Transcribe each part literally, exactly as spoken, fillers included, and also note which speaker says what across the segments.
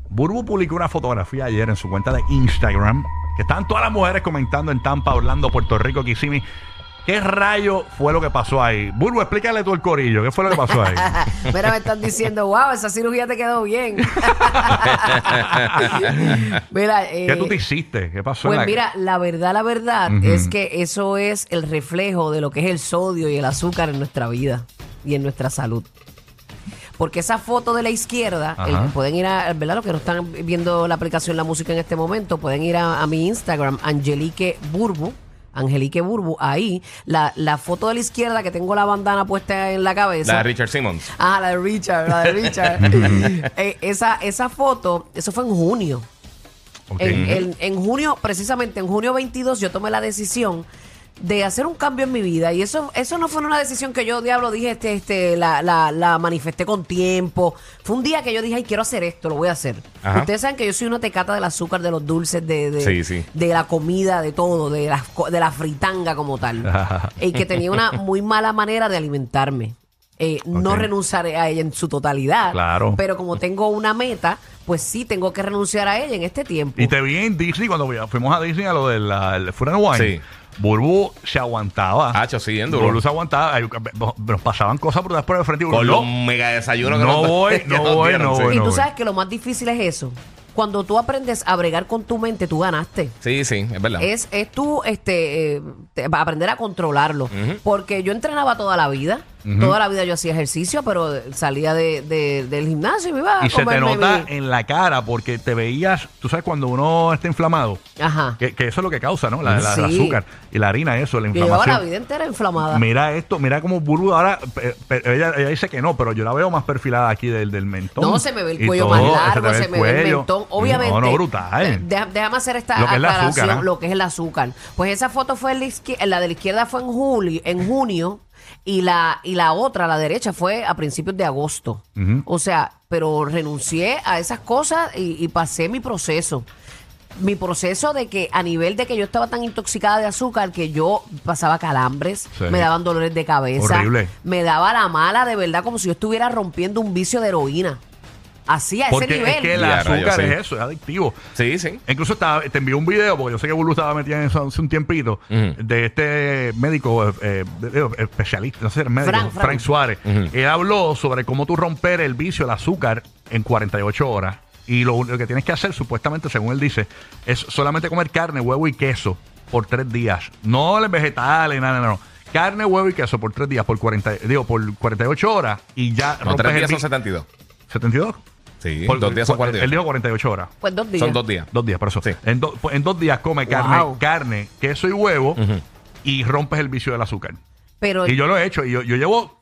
Speaker 1: Burbu publicó una fotografía ayer en su cuenta de Instagram que estaban todas las mujeres comentando en Tampa, Orlando, Puerto Rico, Kissimmee. ¿Qué rayo fue lo que pasó ahí? Burbu, explícale tú el corillo. ¿Qué fue lo que pasó ahí?
Speaker 2: Mira, me están diciendo, wow, esa cirugía te quedó bien. Mira, eh,
Speaker 1: ¿Qué tú te hiciste? ¿Qué pasó?
Speaker 2: Pues
Speaker 1: en la...
Speaker 2: mira, la verdad, la verdad
Speaker 1: uh-huh.
Speaker 2: es que eso es el reflejo de lo que es el sodio y el azúcar en nuestra vida y en nuestra salud. Porque esa foto de la izquierda, el, pueden ir a, ¿verdad? Los que no están viendo la aplicación La Música en este momento, pueden ir a, a mi Instagram, Angelique Burbu. Angelique Burbu, ahí, la, la foto de la izquierda que tengo la bandana puesta en la cabeza.
Speaker 3: La de Richard Simmons.
Speaker 2: Ah, la de Richard, la de Richard. eh, esa, esa foto, eso fue en junio. Okay. En, en, en junio, precisamente en junio veintidós, yo tomé la decisión de hacer un cambio en mi vida. Y eso eso no fue una decisión que yo, diablo, dije, este este la, la, la manifesté con tiempo. Fue un día que yo dije, ay, quiero hacer esto, lo voy a hacer. Ajá. Ustedes saben que yo soy una tecata del azúcar, de los dulces, de, de,
Speaker 3: sí, sí.
Speaker 2: de la comida, de todo, de la, de la fritanga como tal. Y que tenía una muy mala manera de alimentarme. Eh, okay. No renunciaré a ella en su totalidad.
Speaker 1: Claro.
Speaker 2: Pero como tengo una meta, pues sí, tengo que renunciar a ella en este tiempo.
Speaker 1: Y te vi en Disney cuando fuimos a Disney a lo del Food and Wine. Sí. Burbu se aguantaba.
Speaker 3: Hacho, sí, en duro.
Speaker 1: Burbu se aguantaba. Nos pasaban cosas por después de frente.
Speaker 3: Con los mega desayunos que
Speaker 1: no voy, no voy, no voy.
Speaker 2: Y tú sabes que lo más difícil es eso. Cuando tú aprendes a bregar con tu mente, tú ganaste.
Speaker 3: Sí, sí, es verdad.
Speaker 2: Es, es tú este, eh, aprender a controlarlo. Uh-huh. Porque yo entrenaba toda la vida. Uh-huh. Toda la vida yo hacía ejercicio, pero salía de, de, del gimnasio y me iba a
Speaker 1: Y se te nota
Speaker 2: mi...
Speaker 1: en la cara porque te veías, tú sabes, cuando uno está inflamado.
Speaker 2: Ajá.
Speaker 1: Que, que eso es lo que causa, ¿no? La, la,
Speaker 2: sí.
Speaker 1: El azúcar y la harina, eso, la inflamación.
Speaker 2: Yo llevaba la vida entera inflamada.
Speaker 1: Mira esto, mira cómo Burbu ahora, eh, ella, ella dice que no, pero yo la veo más perfilada aquí del, del mentón.
Speaker 2: No, se me ve el cuello todo, más largo, se, se me ve el mentón. Obviamente.
Speaker 1: No, no, brutal.
Speaker 2: De, déjame hacer esta
Speaker 1: lo
Speaker 2: aclaración,
Speaker 1: azúcar, ¿eh?
Speaker 2: Lo que es el azúcar. Pues esa foto fue en la, izquier- la de la izquierda fue en julio, en junio. Y la, y la otra, la derecha, fue a principios de agosto. Uh-huh. O sea, pero renuncié a esas cosas y, y pasé mi proceso. Mi proceso de que a nivel de que yo estaba tan intoxicada de azúcar que yo pasaba calambres, sí. Me daban dolores de cabeza.
Speaker 1: Horrible.
Speaker 2: Me daba la mala de verdad como si yo estuviera rompiendo un vicio de heroína. Así, a ese
Speaker 1: porque
Speaker 2: nivel.
Speaker 1: Es que el
Speaker 3: yeah,
Speaker 1: azúcar
Speaker 3: rayo,
Speaker 1: es
Speaker 3: sí.
Speaker 1: eso, es adictivo.
Speaker 3: Sí, sí.
Speaker 1: Incluso estaba, te envié un video, porque yo sé que Burbu estaba metida en eso hace un tiempito, uh-huh. de este médico eh, de, de, especialista, no sé, el médico,
Speaker 2: Frank,
Speaker 1: Frank, Frank Suárez. Uh-huh. Él habló sobre cómo tú romper el vicio del azúcar en cuarenta y ocho horas. Y lo, lo que tienes que hacer, supuestamente, según él dice, es solamente comer carne, huevo y queso por tres días. No los vegetales, nada, no, no. Carne, huevo y queso por tres días, por cuarenta, digo, por cuarenta y ocho horas y ya
Speaker 3: no,
Speaker 1: rompes
Speaker 3: tres días
Speaker 1: el vi-
Speaker 3: son setenta y dos.
Speaker 1: ¿setenta y dos?
Speaker 3: Sí,
Speaker 1: por,
Speaker 3: dos días son cuarenta y ocho.
Speaker 1: Él dijo cuarenta y ocho horas.
Speaker 2: Pues dos días.
Speaker 3: Son dos días.
Speaker 1: Dos días, por eso.
Speaker 3: Sí.
Speaker 1: En, do, en dos días come carne,
Speaker 2: wow.
Speaker 1: carne, queso y huevo
Speaker 3: uh-huh.
Speaker 1: y rompes el vicio del azúcar.
Speaker 2: Pero,
Speaker 1: y yo lo he hecho. Y yo, yo llevo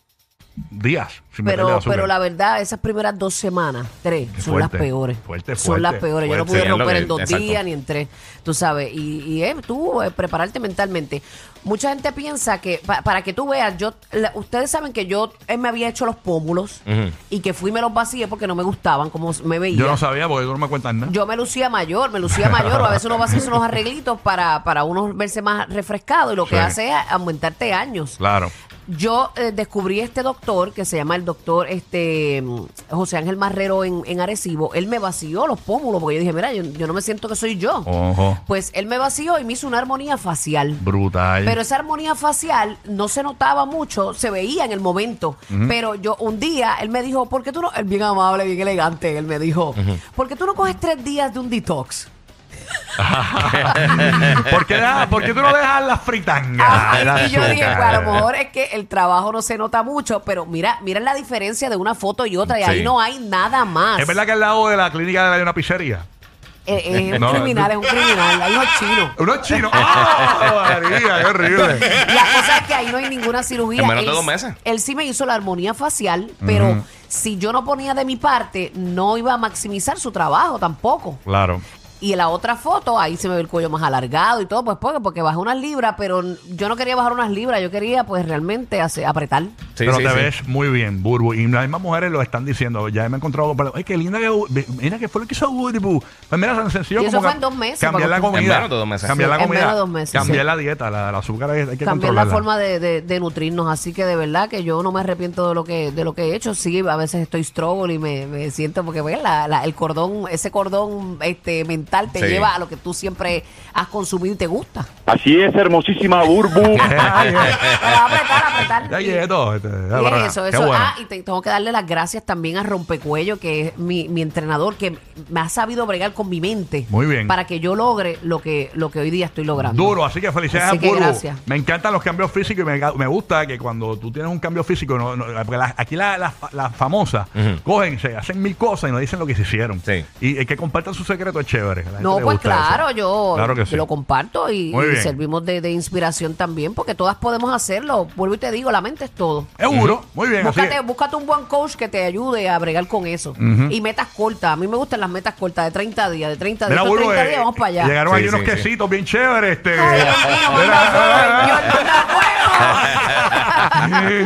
Speaker 1: días sin meterle
Speaker 2: pero,
Speaker 1: azúcar.
Speaker 2: pero la verdad, esas primeras dos semanas, tres,
Speaker 1: Qué
Speaker 2: son
Speaker 1: fuerte,
Speaker 2: las peores.
Speaker 1: fuerte,
Speaker 2: son
Speaker 1: fuerte,
Speaker 2: las peores. Yo no
Speaker 1: fuerte.
Speaker 2: pude
Speaker 3: Sí,
Speaker 2: romper
Speaker 3: que,
Speaker 2: en dos
Speaker 3: exacto.
Speaker 2: días ni en tres, tú sabes. Y, y eh, tú eh, prepararte mentalmente. Mucha gente piensa que, pa, para que tú veas, yo la, ustedes saben que yo eh, me había hecho los pómulos uh-huh. y que fui y me los vacié porque no me gustaban como me veía.
Speaker 1: Yo no sabía porque tú no me cuentas nada.
Speaker 2: Yo me lucía mayor, me lucía mayor. O a veces uno va a hacer unos arreglitos para, para uno verse más refrescado y lo que sí. hace es aumentarte años.
Speaker 1: Claro.
Speaker 2: Yo eh, descubrí este doctor que se llama el doctor este José Ángel Marrero en, en Arecibo. Él me vació los pómulos porque yo dije, mira, yo, yo no me siento que soy yo.
Speaker 1: Ojo.
Speaker 2: Pues él me vació y me hizo una armonía facial.
Speaker 1: Brutal.
Speaker 2: Pero esa armonía facial no se notaba mucho, se veía en el momento. Uh-huh. Pero yo un día, él me dijo, ¿por qué tú no? Él bien amable, bien elegante, él me dijo, uh-huh. ¿por qué tú no coges tres días de un detox?
Speaker 1: ¿Por, qué da, ¿Por qué tú no dejas las fritangas?
Speaker 2: Ah, y yo dije, pues a lo mejor es que el trabajo no se nota mucho, pero mira, mira la diferencia de una foto y otra, y sí. ahí no hay nada más.
Speaker 1: ¿Es verdad que al lado de la clínica hay una pizzería?
Speaker 2: Eh, eh, es un no, criminal, es un criminal. Hay unos chinos.
Speaker 1: ¿Unos chinos? ¡Oh, María, qué horrible!
Speaker 2: La cosa es que ahí no hay ninguna cirugía.
Speaker 3: En menos
Speaker 2: él,
Speaker 3: de dos meses.
Speaker 2: Él sí me hizo la armonía facial, pero
Speaker 1: uh-huh.
Speaker 2: si yo no ponía de mi parte, no iba a maximizar su trabajo tampoco.
Speaker 1: Claro.
Speaker 2: Y en la otra foto, ahí se me ve el cuello más alargado y todo, pues porque, porque bajé unas libras, pero yo no quería bajar unas libras, yo quería pues realmente hacer, apretar.
Speaker 1: Sí, pero
Speaker 3: sí,
Speaker 1: te
Speaker 3: sí.
Speaker 1: ves muy bien, Burbu. Y las mismas mujeres lo están diciendo. Ya me he encontrado con... Ay, qué linda que... Mira, ¿qué fue lo que hizo Burbu? Pues mira, tan sencillo
Speaker 2: Y eso
Speaker 1: como
Speaker 2: fue
Speaker 1: ca-
Speaker 2: en dos meses,
Speaker 1: cambiar la
Speaker 2: porque-
Speaker 1: comida.
Speaker 3: En menos de dos meses.
Speaker 1: Cambiar
Speaker 2: Sí,
Speaker 1: la
Speaker 2: en
Speaker 1: comida.
Speaker 2: menos de dos meses,
Speaker 1: Cambiar
Speaker 2: sí.
Speaker 1: la dieta, la, la azúcar hay, hay que
Speaker 2: Cambiar la
Speaker 1: controlarla.
Speaker 2: forma de, de, de nutrirnos, así que de verdad que yo no me arrepiento de lo que de lo que he hecho. Sí, a veces estoy struggle y me, me siento porque pues, la, la- el cordón, ese cordón este mental te
Speaker 3: Sí.
Speaker 2: lleva a lo que tú siempre has consumido y te gusta.
Speaker 4: Así es, hermosísima Burbu.
Speaker 1: Ay,
Speaker 2: Pero apretar, apretar.
Speaker 1: Ya
Speaker 2: Y-
Speaker 1: quieto. este,
Speaker 2: y
Speaker 1: bueno,
Speaker 2: eso,
Speaker 1: qué
Speaker 2: eso.
Speaker 1: bueno.
Speaker 2: Ah, y te- tengo que darle las gracias también a Rompecuello, que es mi, mi entrenador, que me ha sabido bregar con mi mente.
Speaker 1: Muy bien.
Speaker 2: Para que yo logre lo que, lo que hoy día estoy logrando.
Speaker 1: Duro, así que felicidades
Speaker 2: Así
Speaker 1: a
Speaker 2: que
Speaker 1: Burbu.
Speaker 2: gracias.
Speaker 1: Me encantan los cambios físicos y me, me gusta que cuando tú tienes un cambio físico, no, no- porque la- aquí las la, la famosas
Speaker 3: Ujú.
Speaker 1: cogen, se hacen mil cosas y no dicen lo que se hicieron.
Speaker 3: Sí.
Speaker 1: Y el que compartan su secreto es chévere. A la gente
Speaker 2: No,
Speaker 1: le
Speaker 2: pues
Speaker 1: gusta
Speaker 2: claro,
Speaker 1: eso.
Speaker 2: yo,
Speaker 1: Claro que sí.
Speaker 2: yo lo comparto y,
Speaker 1: Muy
Speaker 2: y
Speaker 1: bien.
Speaker 2: servimos de, de inspiración también, porque todas podemos hacerlo. Vuelvo y te digo, la mente es todo.
Speaker 1: Seguro, muy bien. Así
Speaker 2: Búscate,
Speaker 1: que-
Speaker 2: búscate un buen coach que te ayude a bregar con eso. Y metas cortas. A mí me gustan las metas cortas de treinta días. De treinta días,
Speaker 1: Mira,
Speaker 2: estos
Speaker 1: Burbu,
Speaker 2: treinta
Speaker 1: eh,
Speaker 2: días, vamos para allá.
Speaker 1: Llegaron
Speaker 3: Sí,
Speaker 1: ahí unos
Speaker 3: sí, sí.
Speaker 1: quesitos bien chéveres. Este,
Speaker 2: Ay, Dios mío, manda fuego, señor, manda fuego.